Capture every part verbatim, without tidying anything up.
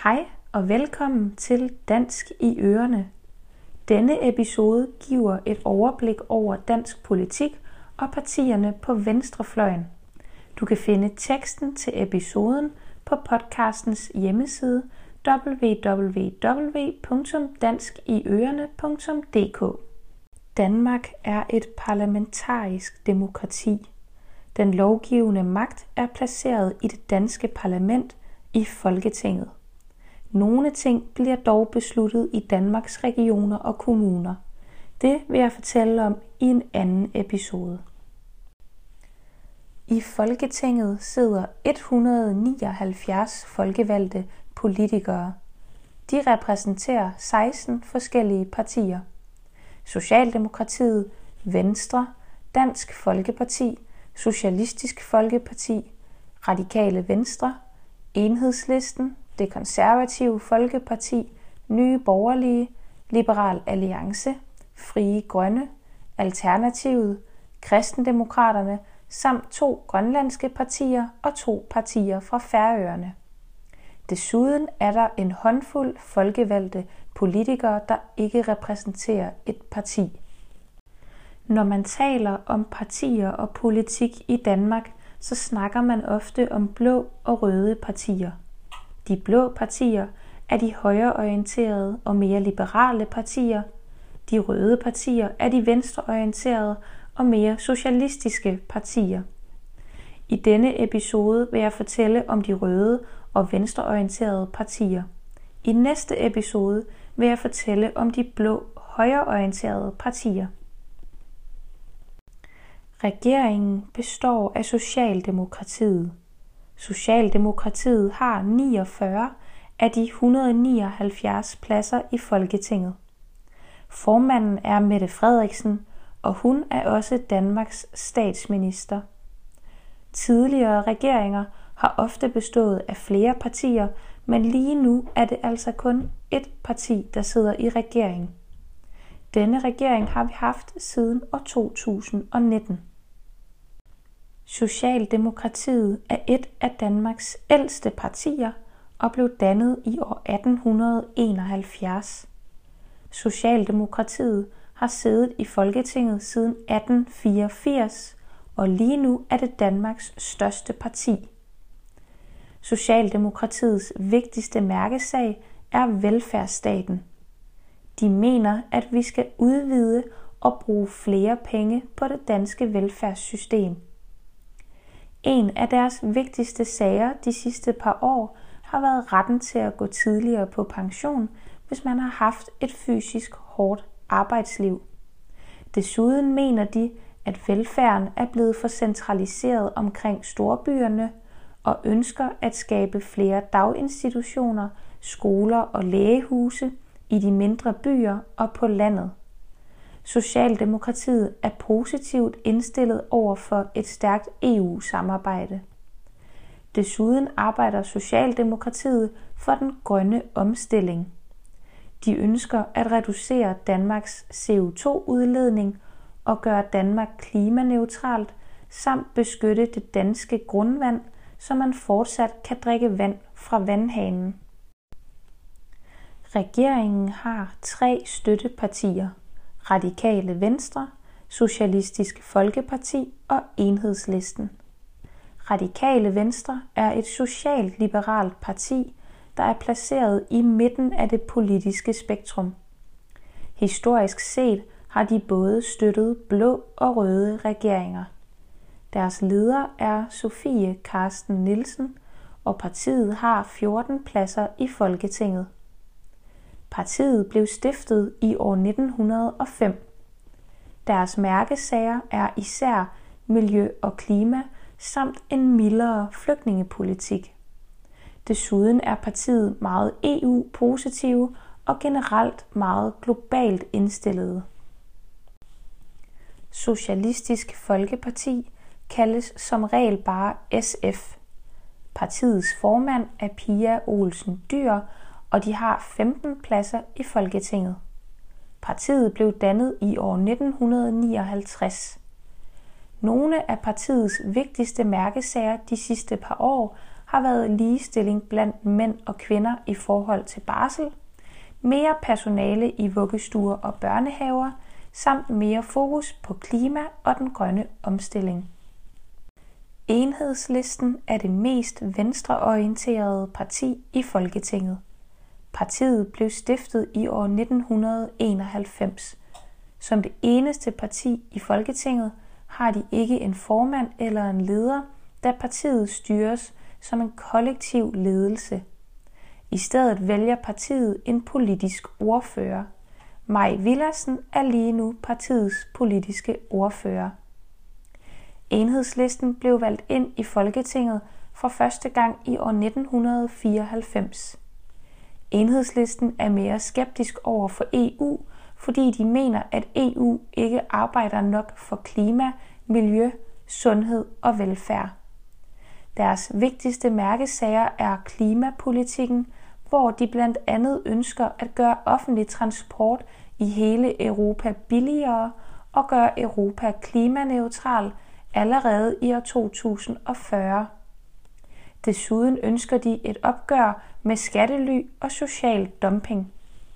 Hej og velkommen til Dansk i Ørene. Denne episode giver et overblik over dansk politik og partierne på venstrefløjen. Du kan finde teksten til episoden på podcastens hjemmeside w w w punktum dansk i ørene punktum d k. Danmark er et parlamentarisk demokrati. Den lovgivende magt er placeret i det danske parlament i Folketinget. Nogle ting bliver dog besluttet i Danmarks regioner og kommuner. Det vil jeg fortælle om i en anden episode. I Folketinget sidder et hundrede nioghalvfjerds folkevalgte politikere. De repræsenterer seksten forskellige partier. Socialdemokratiet, Venstre, Dansk Folkeparti, Socialistisk Folkeparti, Radikale Venstre, Enhedslisten, Det Konservative Folkeparti, Nye Borgerlige, Liberal Alliance, Frie Grønne, Alternativet, Kristendemokraterne samt to grønlandske partier og to partier fra Færøerne. Desuden er der en håndfuld folkevalgte politikere, der ikke repræsenterer et parti. Når man taler om partier og politik i Danmark, så snakker man ofte om blå og røde partier. De blå partier er de højreorienterede og mere liberale partier. De røde partier er de venstreorienterede og mere socialistiske partier. I denne episode vil jeg fortælle om de røde og venstreorienterede partier. I næste episode vil jeg fortælle om de blå højreorienterede partier. Regeringen består af Socialdemokratiet. Socialdemokratiet har niogfyrre af de et hundrede nioghalvfjerds pladser i Folketinget. Formanden er Mette Frederiksen, og hun er også Danmarks statsminister. Tidligere regeringer har ofte bestået af flere partier, men lige nu er det altså kun ét parti, der sidder i regering. Denne regering har vi haft siden år to tusind og nitten. Socialdemokratiet er et af Danmarks ældste partier og blev dannet i år atten enoghalvfjerds. Socialdemokratiet har siddet i Folketinget siden atten fireogfirs, og lige nu er det Danmarks største parti. Socialdemokratiets vigtigste mærkesag er velfærdsstaten. De mener, at vi skal udvide og bruge flere penge på det danske velfærdssystem. En af deres vigtigste sager de sidste par år har været retten til at gå tidligere på pension, hvis man har haft et fysisk hårdt arbejdsliv. Desuden mener de, at velfærden er blevet for centraliseret omkring storbyerne og ønsker at skabe flere daginstitutioner, skoler og lægehuse i de mindre byer og på landet. Socialdemokratiet er positivt indstillet over for et stærkt E U-samarbejde. Desuden arbejder Socialdemokratiet for den grønne omstilling. De ønsker at reducere Danmarks C O to udledning og gøre Danmark klimaneutralt samt beskytte det danske grundvand, så man fortsat kan drikke vand fra vandhanen. Regeringen har tre støttepartier: Radikale Venstre, Socialistisk Folkeparti og Enhedslisten. Radikale Venstre er et socialt-liberalt parti, der er placeret i midten af det politiske spektrum. Historisk set har de både støttet blå og røde regeringer. Deres leder er Sofie Carsten Nielsen, og partiet har fjorten pladser i Folketinget. Partiet blev stiftet i år nitten hundrede og fem. Deres mærkesager er især miljø og klima samt en mildere flygtningepolitik. Desuden er partiet meget E U-positive og generelt meget globalt indstillede. Socialistisk Folkeparti kaldes som regel bare S F. Partiets formand er Pia Olsen Dyhr, og de har femten pladser i Folketinget. Partiet blev dannet i år nitten nioghalvtreds. Nogle af partiets vigtigste mærkesager de sidste par år har været ligestilling blandt mænd og kvinder i forhold til barsel, mere personale i vuggestuer og børnehaver, samt mere fokus på klima og den grønne omstilling. Enhedslisten er det mest venstreorienterede parti i Folketinget. Partiet blev stiftet i år nitten enoghalvfems. Som det eneste parti i Folketinget har de ikke en formand eller en leder, da partiet styres som en kollektiv ledelse. I stedet vælger partiet en politisk ordfører. Mai Villadsen er lige nu partiets politiske ordfører. Enhedslisten blev valgt ind i Folketinget for første gang i år nitten fireoghalvfems. Enhedslisten er mere skeptisk over for E U, fordi de mener, at E U ikke arbejder nok for klima, miljø, sundhed og velfærd. Deres vigtigste mærkesager er klimapolitikken, hvor de blandt andet ønsker at gøre offentlig transport i hele Europa billigere og gøre Europa klimaneutral allerede i år to tusind og fyrre. Desuden ønsker de et opgør med skattely og social dumping.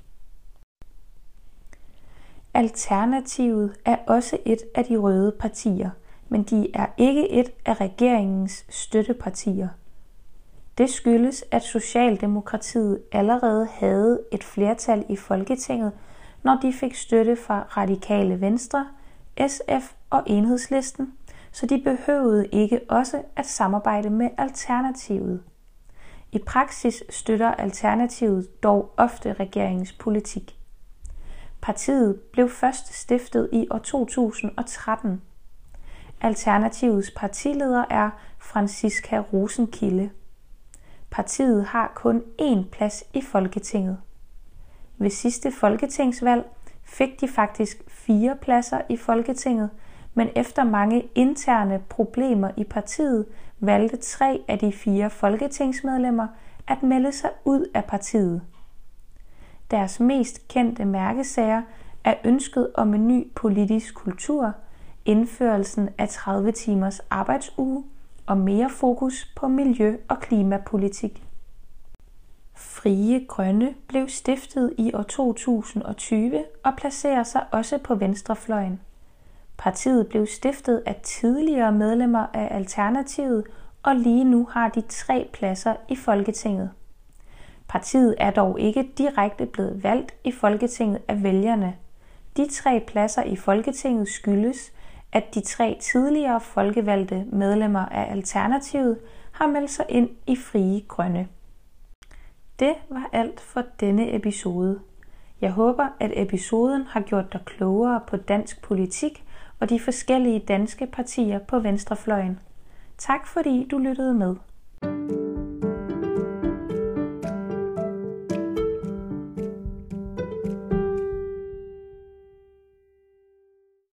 Alternativet er også et af de røde partier, men de er ikke et af regeringens støttepartier. Det skyldes, at Socialdemokratiet allerede havde et flertal i Folketinget, når de fik støtte fra Radikale Venstre, S F og Enhedslisten, så de behøvede ikke også at samarbejde med Alternativet. I praksis støtter Alternativet dog ofte regeringens politik. Partiet blev først stiftet i år to tusind og tretten. Alternativets partileder er Franciska Rosenkilde. Partiet har kun én plads i Folketinget. Ved sidste folketingsvalg fik de faktisk fire pladser i Folketinget, men efter mange interne problemer i partiet valgte tre af de fire folketingsmedlemmer at melde sig ud af partiet. Deres mest kendte mærkesager er ønsket om en ny politisk kultur, indførelsen af tredive timers arbejdsuge og mere fokus på miljø- og klimapolitik. Frie Grønne blev stiftet i år to tusind og tyve og placerer sig også på venstrefløjen. Partiet blev stiftet af tidligere medlemmer af Alternativet, og lige nu har de tre pladser i Folketinget. Partiet er dog ikke direkte blevet valgt i Folketinget af vælgerne. De tre pladser i Folketinget skyldes, at de tre tidligere folkevalgte medlemmer af Alternativet har meldt sig ind i Frie Grønne. Det var alt for denne episode. Jeg håber, at episoden har gjort dig klogere på dansk politik og de forskellige danske partier på venstrefløjen. Tak fordi du lyttede med.